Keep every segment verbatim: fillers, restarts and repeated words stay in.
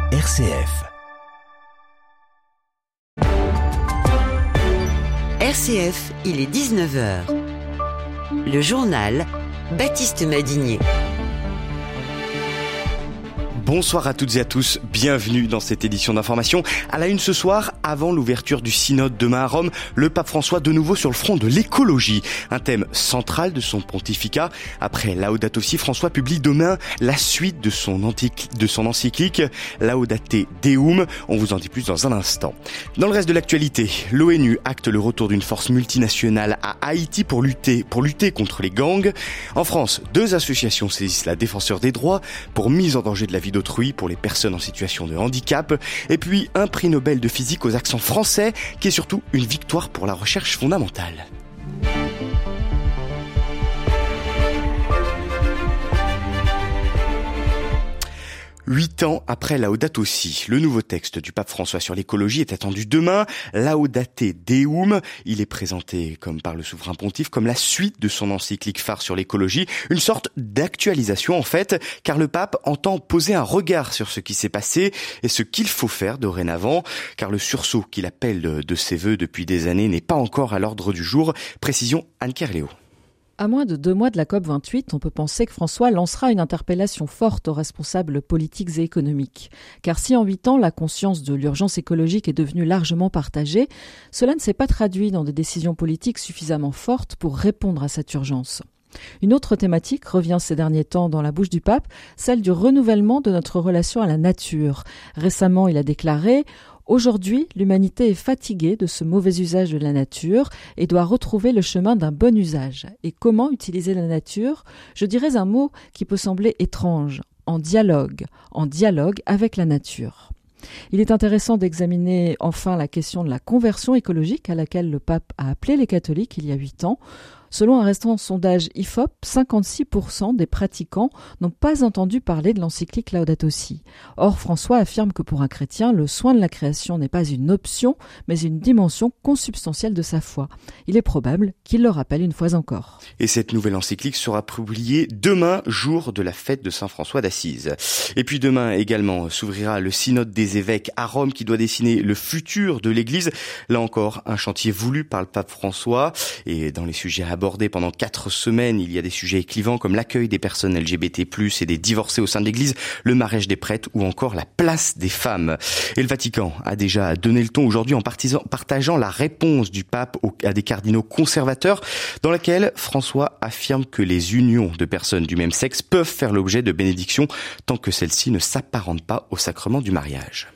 R C F. R C F, il est dix-neuf heures. Le journal, Baptiste Madinier. Bonsoir à toutes et à tous, bienvenue dans cette édition d'information. À la une ce soir, avant l'ouverture du synode demain à Rome, le pape François de nouveau sur le front de l'écologie. Un thème central de son pontificat. Après Laudato Si, François publie demain la suite de son, antique, de son encyclique Laudate Deum. On vous en dit plus dans un instant. Dans le reste de l'actualité, l'ONU acte le retour d'une force multinationale à Haïti pour lutter, pour lutter contre les gangs. En France, deux associations saisissent la défenseur des droits pour mise en danger de la vie d'autrui pour les personnes en situation de handicap, et puis un prix Nobel de physique aux accents français qui est surtout une victoire pour la recherche fondamentale. Huit ans après Laudato Si, le nouveau texte du pape François sur l'écologie est attendu demain. Laudate Deum, il est présenté comme par le souverain pontife comme la suite de son encyclique phare sur l'écologie, une sorte d'actualisation en fait, car le pape entend poser un regard sur ce qui s'est passé et ce qu'il faut faire dorénavant, car le sursaut qu'il appelle de ses vœux depuis des années n'est pas encore à l'ordre du jour. Précision Anne Kerléo. À moins de deux mois de la COP vingt-huit, on peut penser que François lancera une interpellation forte aux responsables politiques et économiques. Car si en huit ans, la conscience de l'urgence écologique est devenue largement partagée, cela ne s'est pas traduit dans des décisions politiques suffisamment fortes pour répondre à cette urgence. Une autre thématique revient ces derniers temps dans la bouche du pape, celle du renouvellement de notre relation à la nature. Récemment, il a déclaré « Aujourd'hui, l'humanité est fatiguée de ce mauvais usage de la nature et doit retrouver le chemin d'un bon usage. Et comment utiliser la nature ? Je dirais un mot qui peut sembler étrange, en dialogue, en dialogue avec la nature. » Il est intéressant d'examiner enfin la question de la conversion écologique à laquelle le pape a appelé les catholiques il y a huit ans. Selon un récent sondage I F O P, cinquante-six pour cent des pratiquants n'ont pas entendu parler de l'encyclique Laudato Si. Or, François affirme que pour un chrétien, le soin de la création n'est pas une option, mais une dimension consubstantielle de sa foi. Il est probable qu'il le rappelle une fois encore. Et cette nouvelle encyclique sera publiée demain, jour de la fête de Saint François d'Assise. Et puis demain également s'ouvrira le synode des évêques à Rome qui doit dessiner le futur de l'Église. Là encore, un chantier voulu par le pape François. Et dans les sujets à abordés pendant quatre semaines, il y a des sujets clivants comme l'accueil des personnes L G B T plus, et des divorcés au sein de l'Église, le mariage des prêtres ou encore la place des femmes. Et le Vatican a déjà donné le ton aujourd'hui en partageant la réponse du pape à des cardinaux conservateurs dans laquelle François affirme que les unions de personnes du même sexe peuvent faire l'objet de bénédictions tant que celles-ci ne s'apparentent pas au sacrement du mariage.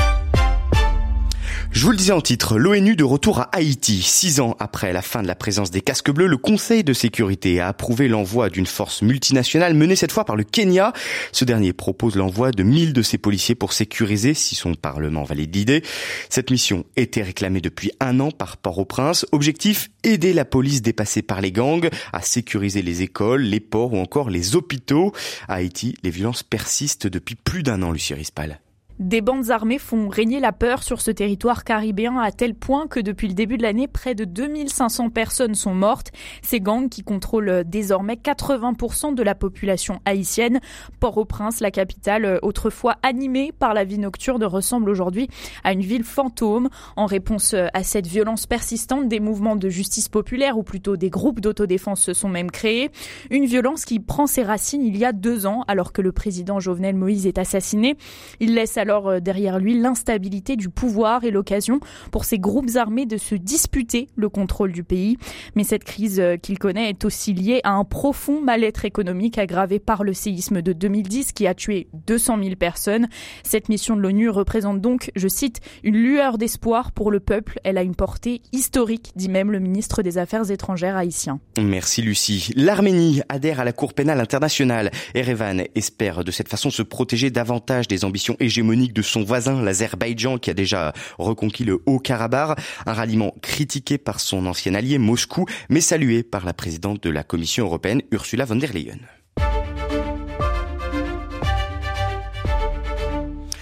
Je vous le disais en titre, l'ONU de retour à Haïti. Six ans après la fin de la présence des casques bleus, le Conseil de sécurité a approuvé l'envoi d'une force multinationale menée cette fois par le Kenya. Ce dernier propose l'envoi de mille de ses policiers pour sécuriser, si son Parlement valide l'idée. Cette mission était réclamée depuis un an par Port-au-Prince. Objectif, aider la police dépassée par les gangs à sécuriser les écoles, les ports ou encore les hôpitaux. À Haïti, les violences persistent depuis plus d'un an, Lucie Rispal. Des bandes armées font régner la peur sur ce territoire caribéen à tel point que depuis le début de l'année, près de deux mille cinq cents personnes sont mortes. Ces gangs qui contrôlent désormais quatre-vingts pour cent de la population haïtienne. Port-au-Prince, la capitale, autrefois animée par la vie nocturne, ressemble aujourd'hui à une ville fantôme. En réponse à cette violence persistante, des mouvements de justice populaire, ou plutôt des groupes d'autodéfense, se sont même créés. Une violence qui prend ses racines il y a deux ans, alors que le président Jovenel Moïse est assassiné. Il laisse alors derrière lui l'instabilité du pouvoir et l'occasion pour ces groupes armés de se disputer le contrôle du pays. Mais cette crise qu'il connaît est aussi liée à un profond mal-être économique aggravé par le séisme de deux mille dix qui a tué deux cent mille personnes. Cette mission de l'ONU représente donc, je cite, une lueur d'espoir pour le peuple. Elle a une portée historique, dit même le ministre des Affaires étrangères haïtien. Merci Lucie. L'Arménie adhère à la Cour pénale internationale. Erevan espère de cette façon se protéger davantage des ambitions hégémoniques de son voisin, l'Azerbaïdjan, qui a déjà reconquis le Haut-Karabakh. Un ralliement critiqué par son ancien allié Moscou, mais salué par la présidente de la Commission européenne, Ursula von der Leyen.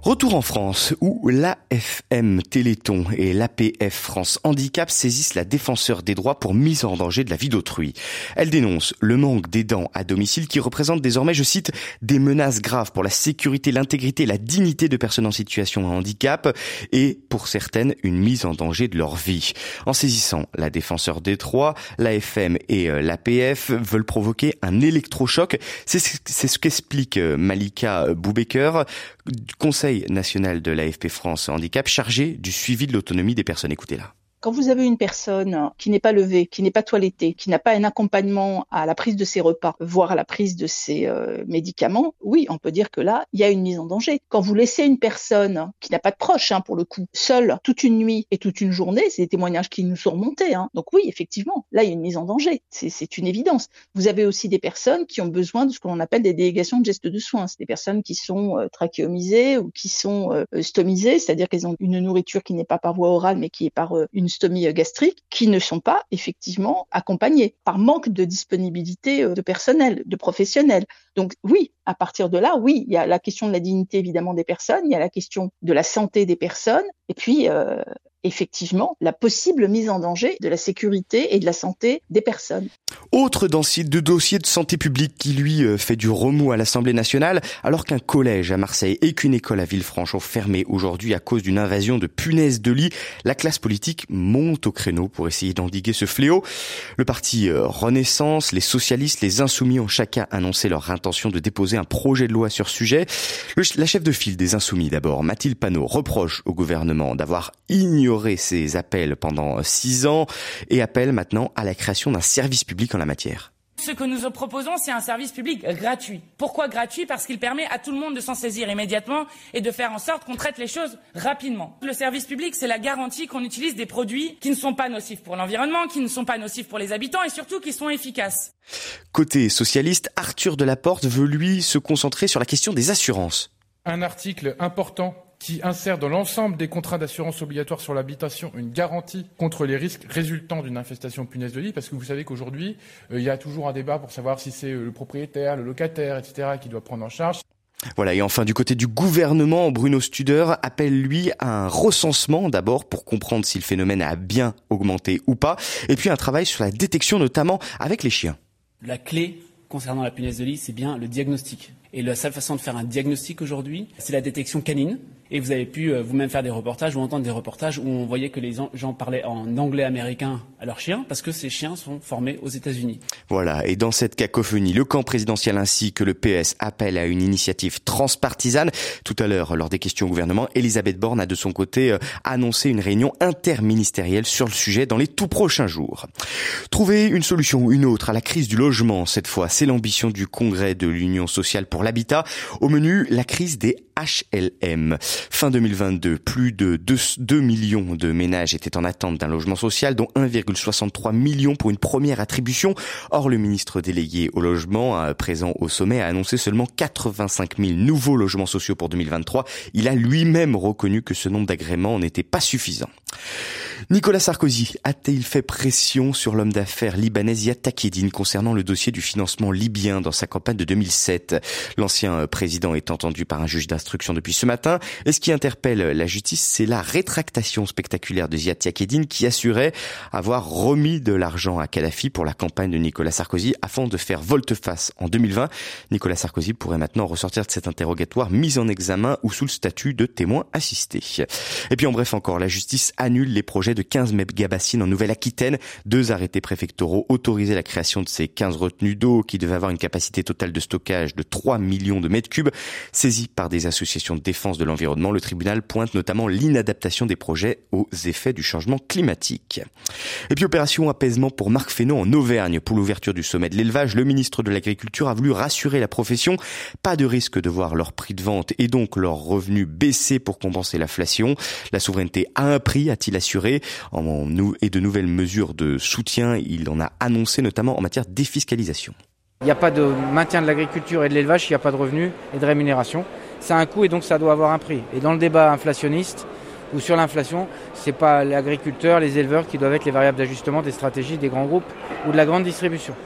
Retour en France, où l'A F M Téléthon et l'A P F France Handicap saisissent la défenseure des droits pour mise en danger de la vie d'autrui. Elle dénonce le manque d'aidants à domicile qui représente désormais, je cite, des menaces graves pour la sécurité, l'intégrité et la dignité de personnes en situation de handicap et, pour certaines, une mise en danger de leur vie. En saisissant la défenseure des droits, l'A F M et l'A P F veulent provoquer un électrochoc. C'est, c'est ce qu'explique Malika Boubaker, Conseil national de l'A F P France Handicap, chargé du suivi de l'autonomie des personnes. Écoutez-la. Quand vous avez une personne qui n'est pas levée, qui n'est pas toilettée, qui n'a pas un accompagnement à la prise de ses repas, voire à la prise de ses euh, médicaments, oui, on peut dire que là, il y a une mise en danger. Quand vous laissez une personne qui n'a pas de proche, hein, pour le coup, seule toute une nuit et toute une journée, c'est des témoignages qui nous sont remontés. Hein. Donc oui, effectivement, là, il y a une mise en danger. C'est, c'est une évidence. Vous avez aussi des personnes qui ont besoin de ce qu'on appelle des délégations de gestes de soins. C'est des personnes qui sont euh, trachéomisées ou qui sont euh, stomisées, c'est-à-dire qu'elles ont une nourriture qui n'est pas par voie orale, mais qui est par euh, une stomie gastrique, qui ne sont pas effectivement accompagnés par manque de disponibilité de personnel, de professionnels. Donc oui, à partir de là, oui, il y a la question de la dignité évidemment des personnes, il y a la question de la santé des personnes, et puis euh, effectivement la possible mise en danger de la sécurité et de la santé des personnes. Autre dossier de dossier de santé publique qui lui fait du remous à l'Assemblée nationale, alors qu'un collège à Marseille et qu'une école à Villefranche ont fermé aujourd'hui à cause d'une invasion de punaises de lit, la classe politique monte au créneau pour essayer d'endiguer ce fléau. Le parti Renaissance, les socialistes, les Insoumis ont chacun annoncé leur intention de déposer un projet de loi sur ce sujet. Le, la chef de file des Insoumis d'abord, Mathilde Panot, reproche au gouvernement d'avoir ignoré ses appels pendant six ans et appelle maintenant à la création d'un service public en la matière. Ce que nous proposons, c'est un service public gratuit. Pourquoi gratuit ? Parce qu'il permet à tout le monde de s'en saisir immédiatement et de faire en sorte qu'on traite les choses rapidement. Le service public, c'est la garantie qu'on utilise des produits qui ne sont pas nocifs pour l'environnement, qui ne sont pas nocifs pour les habitants et surtout qui sont efficaces. Côté socialiste, Arthur Delaporte veut lui se concentrer sur la question des assurances. Un article important qui insère dans l'ensemble des contrats d'assurance obligatoire sur l'habitation une garantie contre les risques résultant d'une infestation de punaises de lit, parce que vous savez qu'aujourd'hui, euh, il y a toujours un débat pour savoir si c'est le propriétaire, le locataire, et cetera qui doit prendre en charge. Voilà, et enfin du côté du gouvernement, Bruno Studer appelle lui à un recensement d'abord pour comprendre si le phénomène a bien augmenté ou pas, et puis un travail sur la détection notamment avec les chiens. La clé concernant la punaise de lit, c'est bien le diagnostic. Et la seule façon de faire un diagnostic aujourd'hui, c'est la détection canine. Et vous avez pu euh, vous-même faire des reportages ou entendre des reportages où on voyait que les gens parlaient en anglais américain à leurs chiens parce que ces chiens sont formés aux États-Unis. Voilà, et dans cette cacophonie, le camp présidentiel ainsi que le P S appellent à une initiative transpartisane. Tout à l'heure, lors des questions au gouvernement, Elisabeth Borne a de son côté euh, annoncé une réunion interministérielle sur le sujet dans les tout prochains jours. Trouver une solution ou une autre à la crise du logement, cette fois, c'est l'ambition du Congrès de l'Union sociale pour l'habitat. Au menu, la crise des H L M. Fin deux mille vingt-deux, plus de deux millions de ménages étaient en attente d'un logement social, dont un virgule soixante-trois million pour une première attribution. Or, le ministre délégué au logement, présent au sommet, a annoncé seulement quatre-vingt-cinq mille nouveaux logements sociaux pour deux mille vingt-trois. Il a lui-même reconnu que ce nombre d'agréments n'était pas suffisant. Nicolas Sarkozy a-t-il fait pression sur l'homme d'affaires libanais Ziad Takieddine concernant le dossier du financement libyen dans sa campagne de deux mille sept? L'ancien président est entendu par un juge d'instruction depuis ce matin. Et ce qui interpelle la justice, c'est la rétractation spectaculaire de Ziad Takieddine qui assurait avoir remis de l'argent à Kadhafi pour la campagne de Nicolas Sarkozy afin de faire volte-face en deux mille vingt. Nicolas Sarkozy pourrait maintenant ressortir de cet interrogatoire mis en examen ou sous le statut de témoin assisté. Et puis en bref encore, la justice annule les projets de quinze mégabassines en Nouvelle-Aquitaine. Deux arrêtés préfectoraux autorisaient la création de ces quinze retenues d'eau qui devaient avoir une capacité totale de stockage de trois millions de mètres cubes. Saisis par des associations de défense de l'environnement, le tribunal pointe notamment l'inadaptation des projets aux effets du changement climatique. Et puis opération apaisement pour Marc Fesneau en Auvergne. Pour l'ouverture du sommet de l'élevage, le ministre de l'Agriculture a voulu rassurer la profession. Pas de risque de voir leur prix de vente et donc leurs revenus baisser pour compenser l'inflation. La souveraineté a un prix, a-t-il assuré. En, et de nouvelles mesures de soutien, il en a annoncé notamment en matière de défiscalisation. Il n'y a pas de maintien de l'agriculture et de l'élevage, il n'y a pas de revenus et de rémunération. Ça a un coût et donc ça doit avoir un prix. Et dans le débat inflationniste ou sur l'inflation, ce n'est pas l'agriculteur, les éleveurs qui doivent être les variables d'ajustement des stratégies des grands groupes ou de la grande distribution.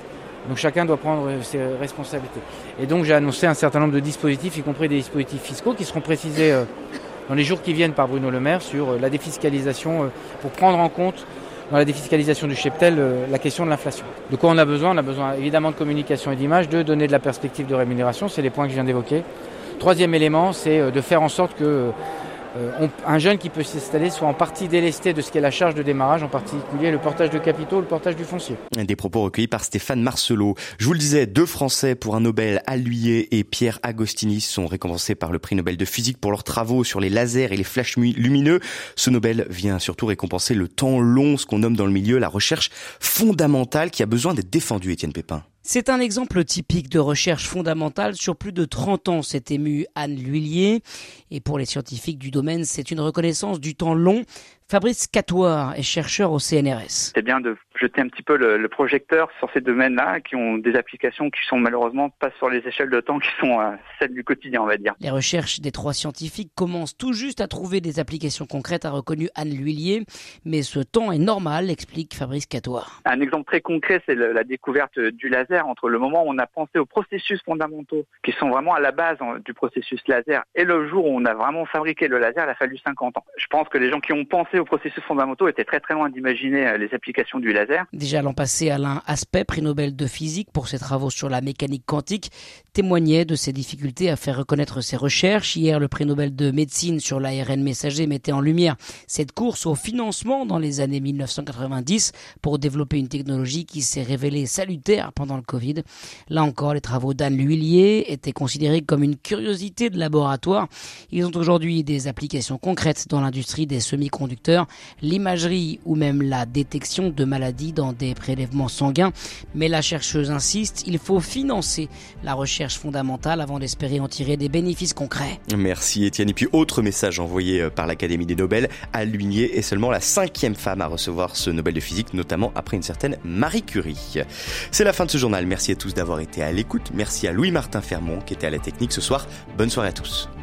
Donc chacun doit prendre ses responsabilités. Et donc j'ai annoncé un certain nombre de dispositifs, y compris des dispositifs fiscaux, qui seront précisés euh, dans les jours qui viennent par Bruno Le Maire sur euh, la défiscalisation, euh, pour prendre en compte dans la défiscalisation du cheptel euh, la question de l'inflation. De quoi on a besoin ? On a besoin évidemment de communication et d'image, de donner de la perspective de rémunération, c'est les points que je viens d'évoquer. Troisième élément, c'est euh, de faire en sorte que euh, Euh, on, un jeune qui peut s'installer soit en partie délesté de ce qu'est la charge de démarrage, en particulier le portage de capitaux, le portage du foncier. Des propos recueillis par Stéphane Marcelot. Je vous le disais, deux Français pour un Nobel, Al Lhuillier et Pierre Agostini, sont récompensés par le prix Nobel de physique pour leurs travaux sur les lasers et les flashs lumineux. Ce Nobel vient surtout récompenser le temps long, ce qu'on nomme dans le milieu la recherche fondamentale qui a besoin d'être défendue, Étienne Pépin. C'est un exemple typique de recherche fondamentale. Sur plus de trente ans, s'est ému Anne Lhuillier. Et pour les scientifiques du domaine, c'est une reconnaissance du temps long. Fabrice Catoire est chercheur au C N R S. C'est bien de jeter un petit peu le, le projecteur sur ces domaines-là qui ont des applications qui sont malheureusement pas sur les échelles de temps qui sont euh, celles du quotidien, on va dire. Les recherches des trois scientifiques commencent tout juste à trouver des applications concrètes, a reconnu Anne Lhuillier. Mais ce temps est normal, explique Fabrice Catoire. Un exemple très concret, c'est le, la découverte du laser. Entre le moment où on a pensé aux processus fondamentaux qui sont vraiment à la base hein, du processus laser et le jour où on a vraiment fabriqué le laser, il a fallu cinquante ans. Je pense que les gens qui ont pensé aux processus fondamentaux étaient très très loin d'imaginer les applications du laser. Déjà l'an passé, Alain Aspect, prix Nobel de physique pour ses travaux sur la mécanique quantique, témoignait de ses difficultés à faire reconnaître ses recherches. Hier, le prix Nobel de médecine sur l'A R N messager mettait en lumière cette course au financement dans les années mille neuf cent quatre-vingt-dix pour développer une technologie qui s'est révélée salutaire pendant le Covid. Là encore, les travaux d'Anne Lhuillier étaient considérés comme une curiosité de laboratoire. Ils ont aujourd'hui des applications concrètes dans l'industrie des semi-conducteurs, l'imagerie ou même la détection de maladies dans des prélèvements sanguins. Mais la chercheuse insiste, il faut financer la recherche fondamentale avant d'espérer en tirer des bénéfices concrets. Merci Étienne. Et puis autre message envoyé par l'Académie des Nobel, Anne Lhuillier est seulement la cinquième femme à recevoir ce Nobel de physique, notamment après une certaine Marie Curie. C'est la fin de ce journal. Merci à tous d'avoir été à l'écoute. Merci à Louis-Martin Fermont qui était à la technique ce soir. Bonne soirée à tous.